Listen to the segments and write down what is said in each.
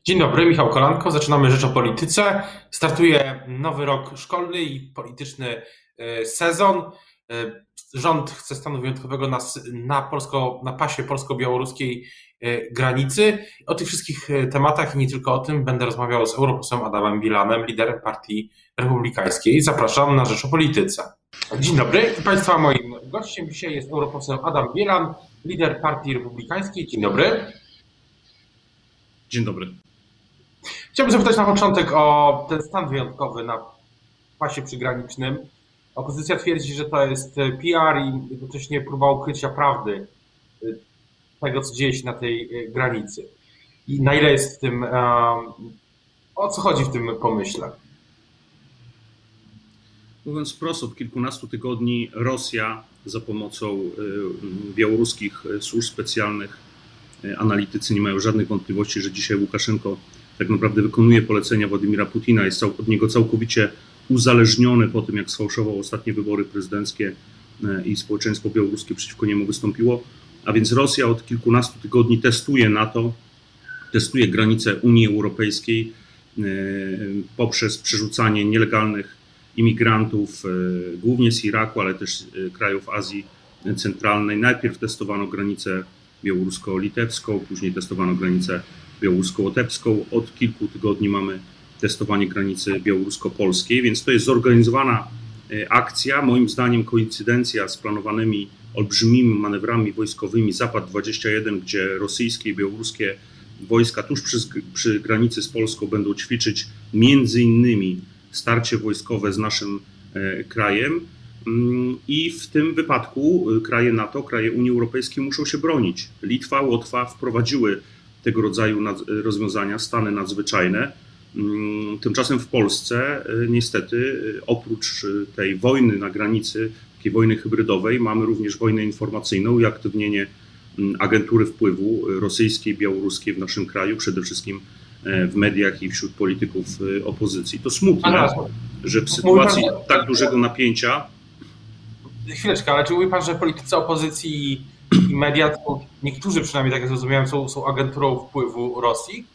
Dzień dobry, Michał Kolanko. Zaczynamy Rzecz o Polityce. Startuje nowy rok szkolny i polityczny sezon. Rząd chce stanu wyjątkowego na pasie polsko-białoruskiej granicy. O tych wszystkich tematach i nie tylko o tym będę rozmawiał z europosłem Adamem Bielanem, liderem Partii Republikańskiej. Zapraszam na Rzecz o Polityce. Dzień dobry. Państwa, moim gościem dzisiaj jest europoseł Adam Bielan, lider Partii Republikańskiej. Dzień dobry. Dzień dobry. Chciałbym zapytać na początek o ten stan wyjątkowy na pasie przygranicznym. Opozycja twierdzi, że to jest PR i jednocześnie próba ukrycia prawdy tego, co dzieje się na tej granicy. I na ile jest w tym, o co chodzi w tym pomyśle? Mówiąc wprost, od kilkunastu tygodni Rosja za pomocą białoruskich służb specjalnych, analitycy nie mają żadnych wątpliwości, że dzisiaj Łukaszenko tak naprawdę wykonuje polecenia Władimira Putina, jest od niego całkowicie uzależniony po tym, jak sfałszował ostatnie wybory prezydenckie i społeczeństwo białoruskie przeciwko niemu wystąpiło. A więc Rosja od kilkunastu tygodni testuje NATO, testuje granice Unii Europejskiej poprzez przerzucanie nielegalnych imigrantów, głównie z Iraku, ale też krajów Azji Centralnej. Najpierw testowano granicę białorusko-litewską, później testowano granicę białorusko-łotewską. Od kilku tygodni mamy testowanie granicy białorusko-polskiej, więc to jest zorganizowana akcja, moim zdaniem koincydencja z planowanymi olbrzymimi manewrami wojskowymi Zapad-21, gdzie rosyjskie i białoruskie wojska tuż przy granicy z Polską będą ćwiczyć między innymi starcie wojskowe z naszym krajem. I w tym wypadku kraje NATO, kraje Unii Europejskiej muszą się bronić. Litwa, Łotwa wprowadziły tego rodzaju rozwiązania, stany nadzwyczajne. Tymczasem w Polsce niestety oprócz tej wojny na granicy, takiej wojny hybrydowej, mamy również wojnę informacyjną i aktywnienie agentury wpływu rosyjskiej, białoruskiej w naszym kraju, przede wszystkim w mediach i wśród polityków opozycji. To smutne, że w sytuacji tak dużego napięcia... Chwileczkę, ale czy mówi pan, że politycy opozycji i media, niektórzy przynajmniej, tak jak zrozumiałem, są agenturą wpływu Rosji?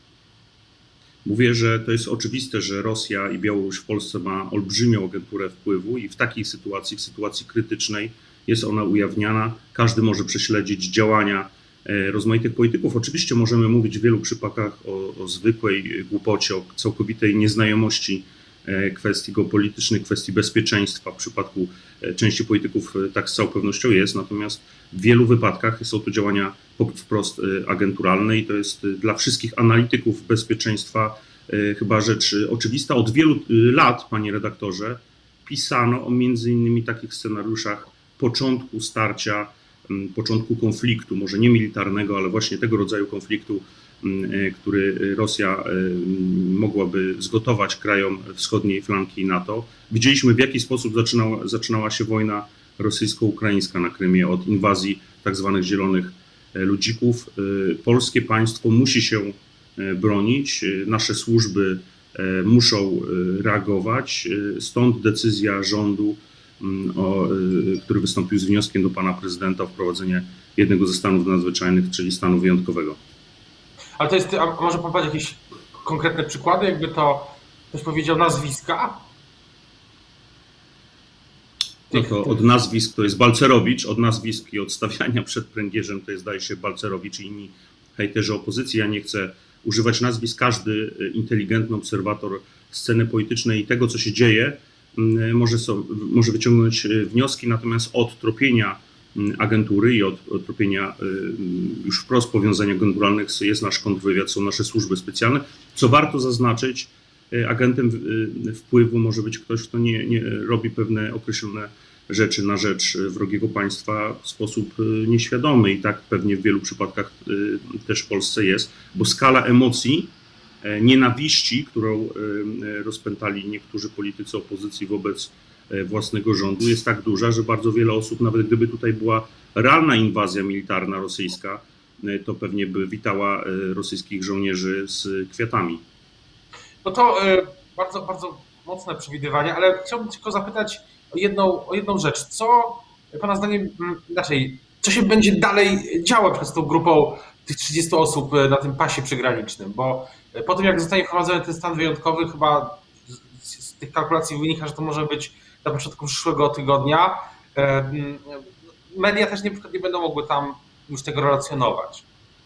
Mówię, że to jest oczywiste, że Rosja i Białoruś w Polsce ma olbrzymią agenturę wpływu i w takiej sytuacji, w sytuacji krytycznej jest ona ujawniana. Każdy może prześledzić działania rozmaitych polityków. Oczywiście możemy mówić w wielu przypadkach o zwykłej głupocie, o całkowitej nieznajomości kwestii geopolitycznych, kwestii bezpieczeństwa. W przypadku części polityków tak z całą pewnością jest, natomiast w wielu wypadkach są to działania wprost agenturalne i to jest dla wszystkich analityków bezpieczeństwa chyba rzecz oczywista. Od wielu lat, panie redaktorze, pisano o między innymi takich scenariuszach początku starcia, początku konfliktu, może nie militarnego, ale właśnie tego rodzaju konfliktu, który Rosja mogłaby zgotować krajom wschodniej flanki NATO. Widzieliśmy, w jaki sposób zaczynała się wojna rosyjsko-ukraińska na Krymie od inwazji tak zwanych zielonych ludzików. Polskie państwo musi się bronić, nasze służby muszą reagować, stąd decyzja rządu, który wystąpił z wnioskiem do pana prezydenta o wprowadzenie jednego ze stanów nadzwyczajnych, czyli stanu wyjątkowego. Ale to jest, a może pan podać jakieś konkretne przykłady, jakby to ktoś powiedział nazwiska? No to od nazwisk to jest Balcerowicz, od nazwisk i od stawiania przed pręgierzem to jest, zdaje się, Balcerowicz i inni hejterzy opozycji. Ja nie chcę używać nazwisk. Każdy inteligentny obserwator sceny politycznej i tego, co się dzieje, może wyciągnąć wnioski, natomiast od tropienia agentury i od tropienia już wprost powiązań agenturalnych jest nasz kontrwywiad, są nasze służby specjalne. Co warto zaznaczyć, agentem wpływu może być ktoś, kto nie robi pewne określone rzeczy na rzecz wrogiego państwa w sposób nieświadomy i tak pewnie w wielu przypadkach też w Polsce jest, bo skala emocji, nienawiści, którą rozpętali niektórzy politycy opozycji wobec własnego rządu jest tak duża, że bardzo wiele osób, nawet gdyby tutaj była realna inwazja militarna rosyjska, to pewnie by witała rosyjskich żołnierzy z kwiatami. No to bardzo, bardzo mocne przewidywania, ale chciałbym tylko zapytać o jedną rzecz. Co pana zdaniem, co się będzie dalej działo z tą grupą tych 30 osób na tym pasie przygranicznym, bo po tym jak zostanie wprowadzony ten stan wyjątkowy, chyba z tych kalkulacji wynika, że to może być na początku przyszłego tygodnia. Media też nie będą mogły tam już tego relacjonować.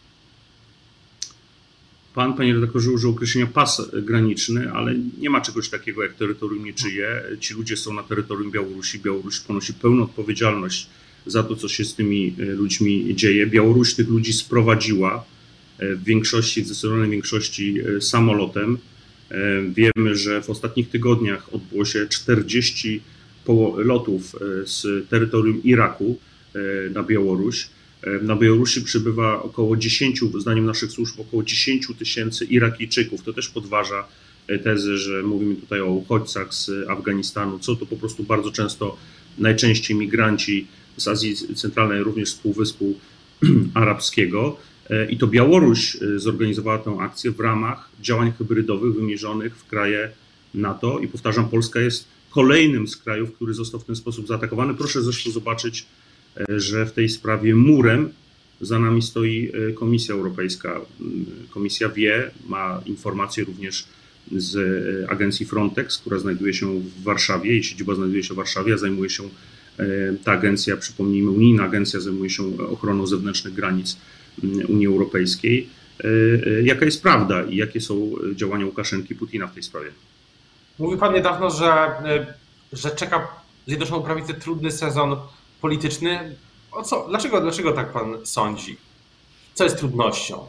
Pan, panie redaktorze, użył określenia pas graniczny, ale nie ma czegoś takiego jak terytorium niczyje. Ci ludzie są na terytorium Białorusi. Białoruś ponosi pełną odpowiedzialność za to, co się z tymi ludźmi dzieje. Białoruś tych ludzi sprowadziła w większości, w zdecydowanej większości samolotem. Wiemy, że w ostatnich tygodniach odbyło się 40 lotów z terytorium Iraku na Białoruś. Na Białorusi przybywa około 10, zdaniem naszych służb, około 10 000 Irakijczyków. To też podważa tezę, że mówimy tutaj o uchodźcach z Afganistanu, co to po prostu bardzo często, najczęściej migranci z Azji Centralnej, również z Półwyspu Arabskiego. I to Białoruś zorganizowała tę akcję w ramach działań hybrydowych wymierzonych w kraje NATO. I powtarzam, Polska jest kolejnym z krajów, który został w ten sposób zaatakowany. Proszę zresztą zobaczyć, że w tej sprawie murem za nami stoi Komisja Europejska. Komisja wie, ma informacje również z agencji Frontex, która znajduje się w Warszawie, jej siedziba znajduje się w Warszawie, a zajmuje się ta agencja, przypomnijmy, unijna agencja zajmuje się ochroną zewnętrznych granic Unii Europejskiej. Jaka jest prawda i jakie są działania Łukaszenki i Putina w tej sprawie? Mówił pan niedawno, że czeka Zjednoczoną Prawicę trudny sezon polityczny. O co? Dlaczego tak pan sądzi? Co jest trudnością?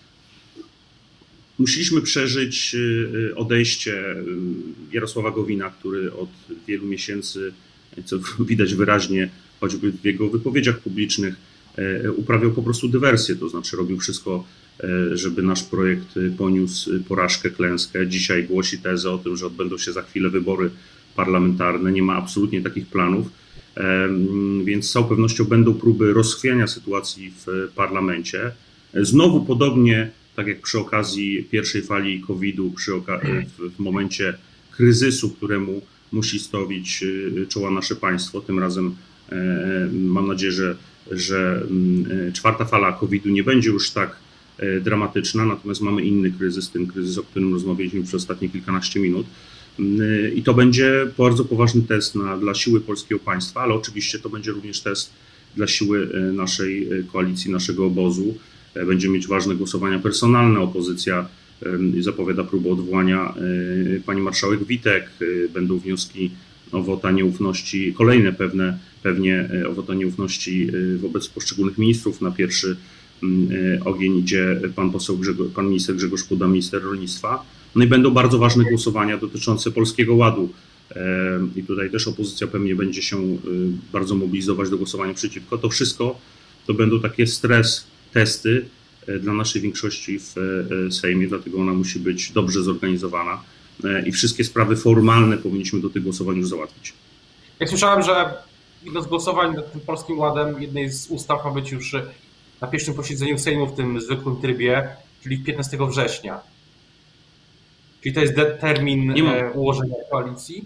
Musieliśmy przeżyć odejście Jarosława Gowina, który od wielu miesięcy, co widać wyraźnie choćby w jego wypowiedziach publicznych, uprawiał po prostu dywersję, to znaczy robił wszystko, żeby nasz projekt poniósł porażkę, klęskę. Dzisiaj głosi tezę o tym, że odbędą się za chwilę wybory parlamentarne. Nie ma absolutnie takich planów, więc z całą pewnością będą próby rozchwiania sytuacji w parlamencie. Znowu podobnie, tak jak przy okazji pierwszej fali COVID-u, w momencie kryzysu, któremu musi stawić czoła nasze państwo. Tym razem mam nadzieję, że czwarta fala COVID-u nie będzie już tak dramatyczna, natomiast mamy inny kryzys, ten kryzys, o którym rozmawialiśmy przez ostatnie kilkanaście minut. I to będzie bardzo poważny test dla siły polskiego państwa, ale oczywiście to będzie również test dla siły naszej koalicji, naszego obozu. Będziemy mieć ważne głosowania personalne. Opozycja zapowiada próbę odwołania pani marszałek Witek. Będą wnioski o wota nieufności, kolejne pewnie o wota nieufności wobec poszczególnych ministrów. Na pierwszy ogień idzie pan minister Grzegorz Puda, minister rolnictwa. No i będą bardzo ważne głosowania dotyczące Polskiego Ładu. I tutaj też opozycja pewnie będzie się bardzo mobilizować do głosowania przeciwko. To wszystko to będą takie stres testy dla naszej większości w Sejmie, dlatego ona musi być dobrze zorganizowana i wszystkie sprawy formalne powinniśmy do tych głosowań już załatwić. Jak słyszałem, że jedno z głosowań nad tym Polskim Ładem, jednej z ustaw ma być już na pierwszym posiedzeniu Sejmu w tym zwykłym trybie, czyli 15 września. Czyli to jest termin ułożenia koalicji?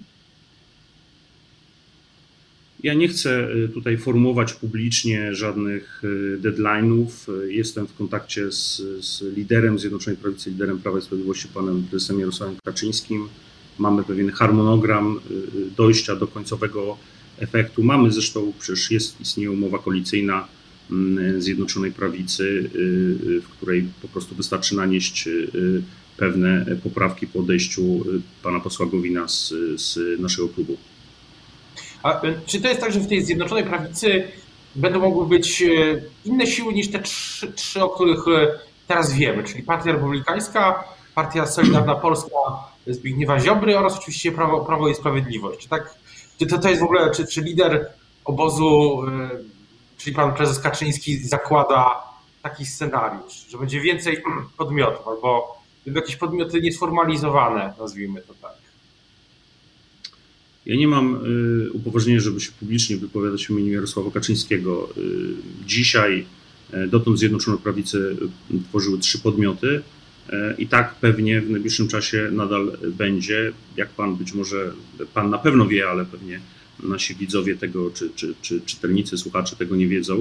Ja nie chcę tutaj formułować publicznie żadnych deadline'ów. Jestem w kontakcie z liderem Zjednoczonej Prawicy, liderem Prawa i Sprawiedliwości, panem prezesem Jarosławem Kaczyńskim. Mamy pewien harmonogram dojścia do końcowego efektu. Mamy zresztą, przecież istnieje umowa koalicyjna Zjednoczonej Prawicy, w której po prostu wystarczy nanieść pewne poprawki po odejściu pana posła Gowina z naszego klubu. A czy to jest tak, że w tej Zjednoczonej Prawicy będą mogły być inne siły niż te trzy, o których teraz wiemy, czyli Partia Republikańska, Partia Solidarna Polska Zbigniewa Ziobry oraz oczywiście Prawo i Sprawiedliwość? Czy tak, to jest w ogóle, czy lider obozu, czyli pan prezes Kaczyński, zakłada taki scenariusz, że będzie więcej podmiotów albo jakieś podmioty niesformalizowane, nazwijmy to tak? Ja nie mam upoważnienia, żeby się publicznie wypowiadać w imieniu Jarosława Kaczyńskiego. Dzisiaj dotąd Zjednoczone Prawicy tworzyły 3 podmioty i tak pewnie w najbliższym czasie nadal będzie. Jak pan być może, pan na pewno wie, ale pewnie nasi widzowie tego, czy czytelnicy, słuchacze tego nie wiedzą.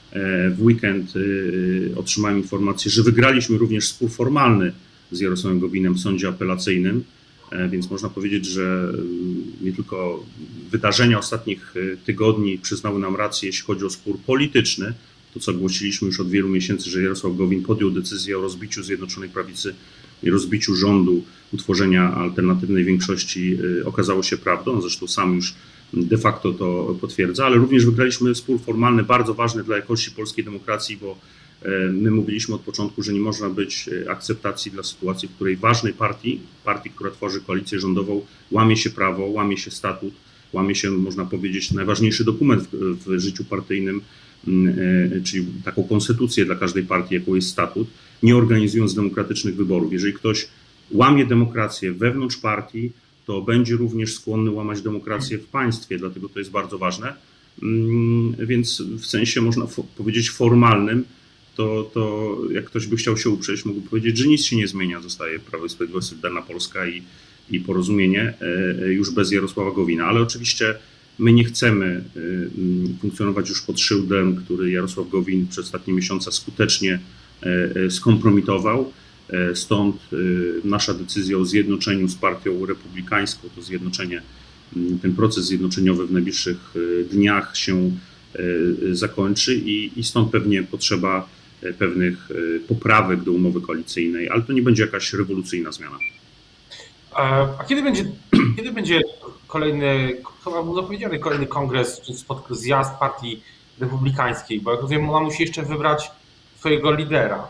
W weekend otrzymałem informację, że wygraliśmy również spór formalny z Jarosławem Gowinem w sądzie apelacyjnym, więc można powiedzieć, że nie tylko wydarzenia ostatnich tygodni przyznały nam rację, jeśli chodzi o spór polityczny, to co głosiliśmy już od wielu miesięcy, że Jarosław Gowin podjął decyzję o rozbiciu Zjednoczonej Prawicy i rozbiciu rządu, utworzenia alternatywnej większości, okazało się prawdą, zresztą sam już de facto to potwierdza, ale również wygraliśmy spór formalny bardzo ważny dla jakości polskiej demokracji, bo my mówiliśmy od początku, że nie można być akceptacji dla sytuacji, w której ważnej partii, która tworzy koalicję rządową, łamie się prawo, łamie się statut, łamie się, można powiedzieć, najważniejszy dokument w życiu partyjnym, czyli taką konstytucję dla każdej partii, jaką jest statut, nie organizując demokratycznych wyborów. Jeżeli ktoś łamie demokrację wewnątrz partii, to będzie również skłonny łamać demokrację w państwie, dlatego to jest bardzo ważne. Więc w sensie, można powiedzieć, formalnym, to jak ktoś by chciał się uprzeć, mógłby powiedzieć, że nic się nie zmienia, zostaje Prawo i Sprawiedliwość, Solidarna Polska i Porozumienie już bez Jarosława Gowina. Ale oczywiście my nie chcemy funkcjonować już pod szyldem, który Jarosław Gowin przez ostatnie miesiące skutecznie skompromitował. Stąd nasza decyzja o zjednoczeniu z partią republikańską, to zjednoczenie, ten proces zjednoczeniowy w najbliższych dniach się zakończy i stąd pewnie potrzeba pewnych poprawek do umowy koalicyjnej, ale to nie będzie jakaś rewolucyjna zmiana. A kiedy będzie kolejny, chyba był zapowiedziany kolejny kongres czy zjazd partii republikańskiej, bo jak rozumiem, ona musi jeszcze wybrać swojego lidera.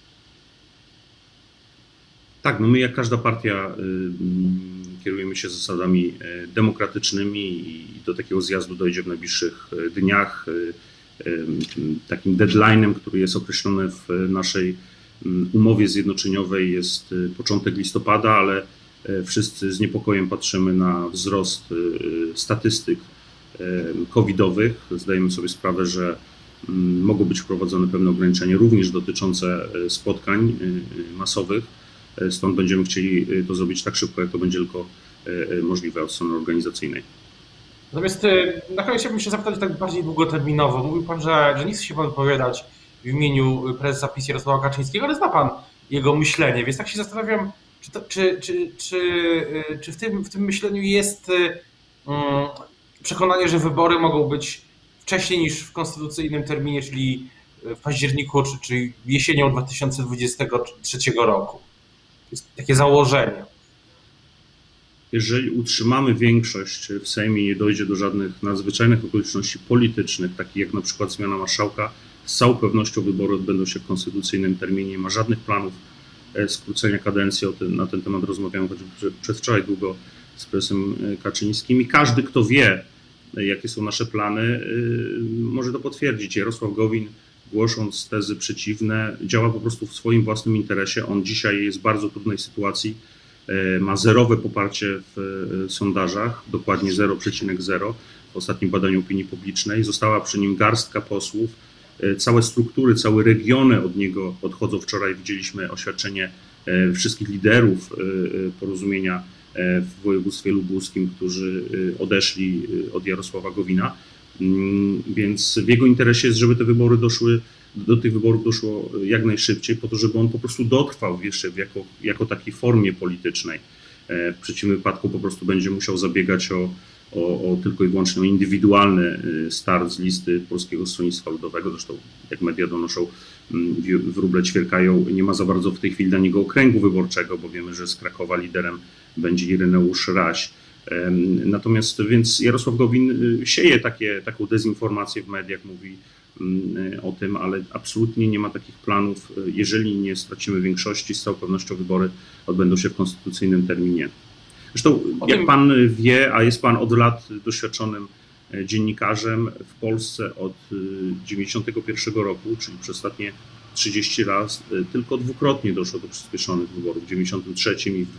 Tak, no my jak każda partia kierujemy się zasadami demokratycznymi i do takiego zjazdu dojdzie w najbliższych dniach. Takim deadline'em, który jest określony w naszej umowie zjednoczeniowej, jest początek listopada, ale wszyscy z niepokojem patrzymy na wzrost statystyk covidowych. Zdajemy sobie sprawę, że mogą być wprowadzone pewne ograniczenia, również dotyczące spotkań masowych. Stąd będziemy chcieli to zrobić tak szybko, jak to będzie tylko możliwe od strony organizacyjnej. Natomiast na koniec chciałbym się zapytać tak bardziej długoterminowo. Mówił Pan, że nie chce się Pan wypowiadać w imieniu prezesa PiS Jarosława Kaczyńskiego, ale zna Pan jego myślenie, więc tak się zastanawiam, czy w tym myśleniu jest przekonanie, że wybory mogą być wcześniej niż w konstytucyjnym terminie, czyli w październiku czy jesienią 2023 roku. To jest takie założenie. Jeżeli utrzymamy większość w Sejmie i nie dojdzie do żadnych nadzwyczajnych okoliczności politycznych, takich jak na przykład zmiana marszałka, z całą pewnością wybory odbędą się w konstytucyjnym terminie. Nie ma żadnych planów skrócenia kadencji. Na ten temat rozmawiałem choćby przedwczoraj długo z prezesem Kaczyńskim i każdy, kto wie, jakie są nasze plany, może to potwierdzić. Jarosław Gowin, głosząc tezy przeciwne, działa po prostu w swoim własnym interesie. On dzisiaj jest w bardzo trudnej sytuacji. Ma zerowe poparcie w sondażach, dokładnie 0,0 w ostatnim badaniu opinii publicznej. Została przy nim garstka posłów. Całe struktury, całe regiony od niego odchodzą. Wczoraj widzieliśmy oświadczenie wszystkich liderów Porozumienia w województwie lubuskim, którzy odeszli od Jarosława Gowina. Więc w jego interesie jest, żeby do tych wyborów doszło jak najszybciej, po to, żeby on po prostu dotrwał jeszcze jako takiej formie politycznej. W przeciwnym wypadku po prostu będzie musiał zabiegać o tylko i wyłącznie indywidualny start z listy Polskiego Stronnictwa Ludowego. Zresztą, jak media donoszą, wróble ćwierkają, nie ma za bardzo w tej chwili dla niego okręgu wyborczego, bo wiemy, że z Krakowa liderem będzie Ireneusz Raś. Natomiast więc Jarosław Gowin sieje taką dezinformację w mediach, mówi o tym, ale absolutnie nie ma takich planów. Jeżeli nie stracimy większości, z całą pewnością wybory odbędą się w konstytucyjnym terminie. Zresztą, jak Pan wie, a jest Pan od lat doświadczonym dziennikarzem, w Polsce od 1991 roku, czyli przez ostatnie 30 lat, tylko dwukrotnie doszło do przyspieszonych wyborów, w 1993 i w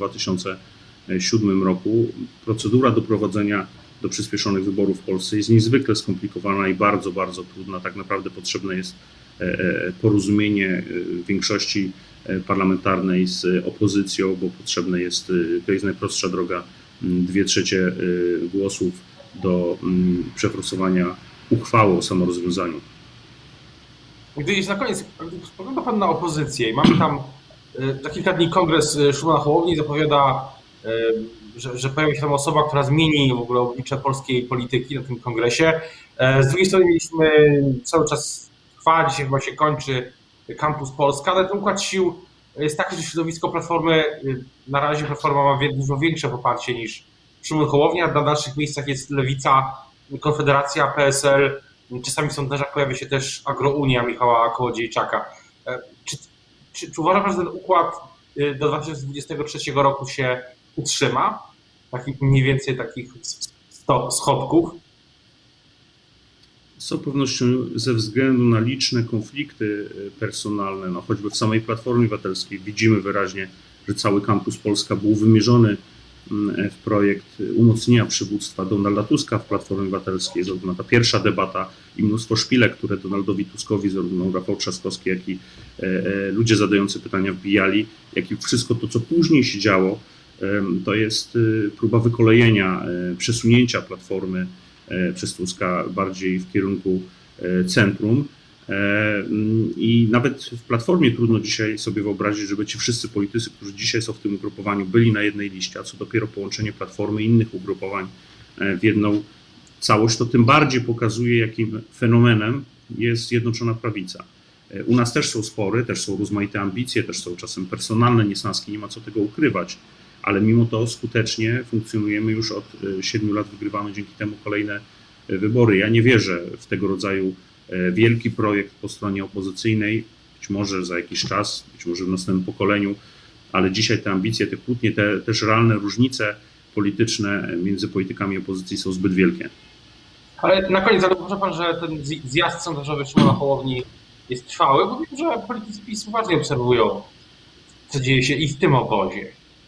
2007 roku. Procedura doprowadzenia do przyspieszonych wyborów w Polsce jest niezwykle skomplikowana i bardzo, bardzo trudna. Tak naprawdę potrzebne jest porozumienie większości parlamentarnej z opozycją, bo to jest najprostsza droga, 2/3 głosów do przeforsowania uchwały o samorozwiązaniu. Gdy jest na koniec, gdy spogląda Pan na opozycję i mamy tam za kilka dni kongres Szymona Hołowni zapowiada, że pojawi się tam osoba, która zmieni w ogóle oblicze polskiej polityki na tym kongresie. Z drugiej strony mieliśmy cały czas trwa, dzisiaj chyba się kończy Campus Polska, ale ten układ sił jest taki, że środowisko Platformy, na razie Platforma ma dużo większe poparcie niż Szymon Hołownia, na dalszych miejscach jest Lewica, Konfederacja, PSL, czasami w sondażach pojawia się też Agrounia Michała Kołodziejczaka. Czy uważa Pan, że ten układ do 2023 roku się utrzyma? Takich mniej więcej takich schodków? Z całą pewnością ze względu na liczne konflikty personalne, no choćby w samej Platformie Obywatelskiej widzimy wyraźnie, że cały Campus Polska był wymierzony w projekt umocnienia przywództwa Donalda Tuska w Platformie Obywatelskiej. Zarówno ta pierwsza debata i mnóstwo szpilek, które Donaldowi Tuskowi, zarówno Rafał Trzaskowski, jak i ludzie zadający pytania wbijali, jak i wszystko to, co później się działo, to jest próba wykolejenia, przesunięcia Platformy przez Tuska bardziej w kierunku centrum. I nawet w Platformie trudno dzisiaj sobie wyobrazić, żeby ci wszyscy politycy, którzy dzisiaj są w tym ugrupowaniu, byli na jednej liście, a co dopiero połączenie Platformy i innych ugrupowań w jedną całość, to tym bardziej pokazuje, jakim fenomenem jest Zjednoczona Prawica. U nas też są spory, też są rozmaite ambicje, też są czasem personalne niesnaski, nie ma co tego ukrywać, ale mimo to skutecznie funkcjonujemy już od 7 lat, wygrywamy dzięki temu kolejne wybory. Ja nie wierzę w tego rodzaju wielki projekt po stronie opozycyjnej, być może za jakiś czas, być może w następnym pokoleniu, ale dzisiaj te ambicje, te kłótnie, te też realne różnice polityczne między politykami opozycji są zbyt wielkie. Ale na koniec, ale uważa Pan, że ten zjazd sondażowy Szymona Hołowni jest trwały, bo wiem, że politycy PiS uważnie obserwują, co dzieje się i w tym obozie.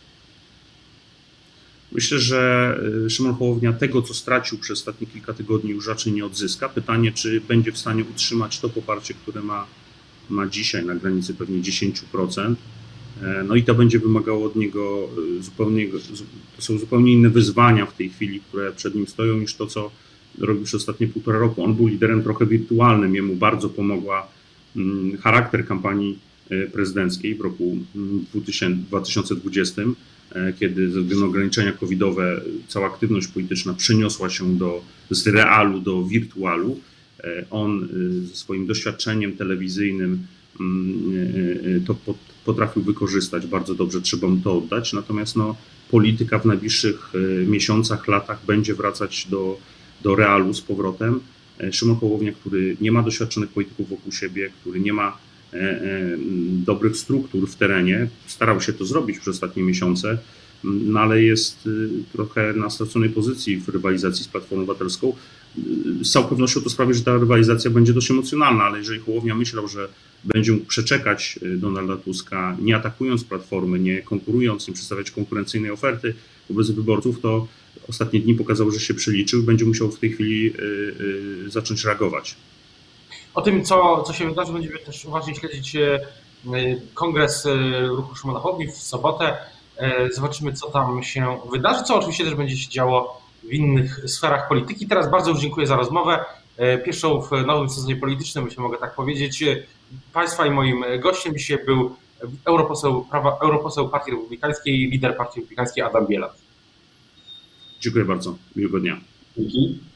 Myślę, że Szymon Hołownia tego, co stracił przez ostatnie kilka tygodni, już raczej nie odzyska. Pytanie, czy będzie w stanie utrzymać to poparcie, które ma dzisiaj na granicy pewnie 10%. No i to będzie wymagało od niego to są zupełnie inne wyzwania w tej chwili, które przed nim stoją, niż to, co robił przez ostatnie 1,5 roku. On był liderem trochę wirtualnym, jemu bardzo pomogła charakter kampanii prezydenckiej w roku 2020, kiedy ze względu na ograniczenia covidowe cała aktywność polityczna przeniosła się z realu do wirtualu. On ze swoim doświadczeniem telewizyjnym to potrafił wykorzystać bardzo dobrze, trzeba mu to oddać. Natomiast polityka w najbliższych miesiącach, latach będzie wracać do realu z powrotem. Szymon Hołownia, który nie ma doświadczonych polityków wokół siebie, który nie ma dobrych struktur w terenie, starał się to zrobić przez ostatnie miesiące, no ale jest trochę na straconej pozycji w rywalizacji z Platformą Obywatelską. Z całą pewnością to sprawi, że ta rywalizacja będzie dość emocjonalna, ale jeżeli Hołownia myślał, że będzie mógł przeczekać Donalda Tuska, nie atakując Platformy, nie konkurując, nie przedstawiać konkurencyjnej oferty wobec wyborców, to ostatnie dni pokazały, że się przeliczył i będzie musiał w tej chwili zacząć reagować. O tym, co się wydarzy, będziemy też uważnie śledzić kongres ruchu Szymona Hołowni w sobotę. Zobaczymy, co tam się wydarzy, co oczywiście też będzie się działo w innych sferach polityki. Teraz bardzo już dziękuję za rozmowę. Pierwszą w nowym sezonie politycznym, jeśli mogę tak powiedzieć. Państwa i moim gościem dzisiaj był europoseł Partii Republikańskiej, lider Partii Republikańskiej Adam Bielan. Dziękuję bardzo. Miłego dnia. Dzięki.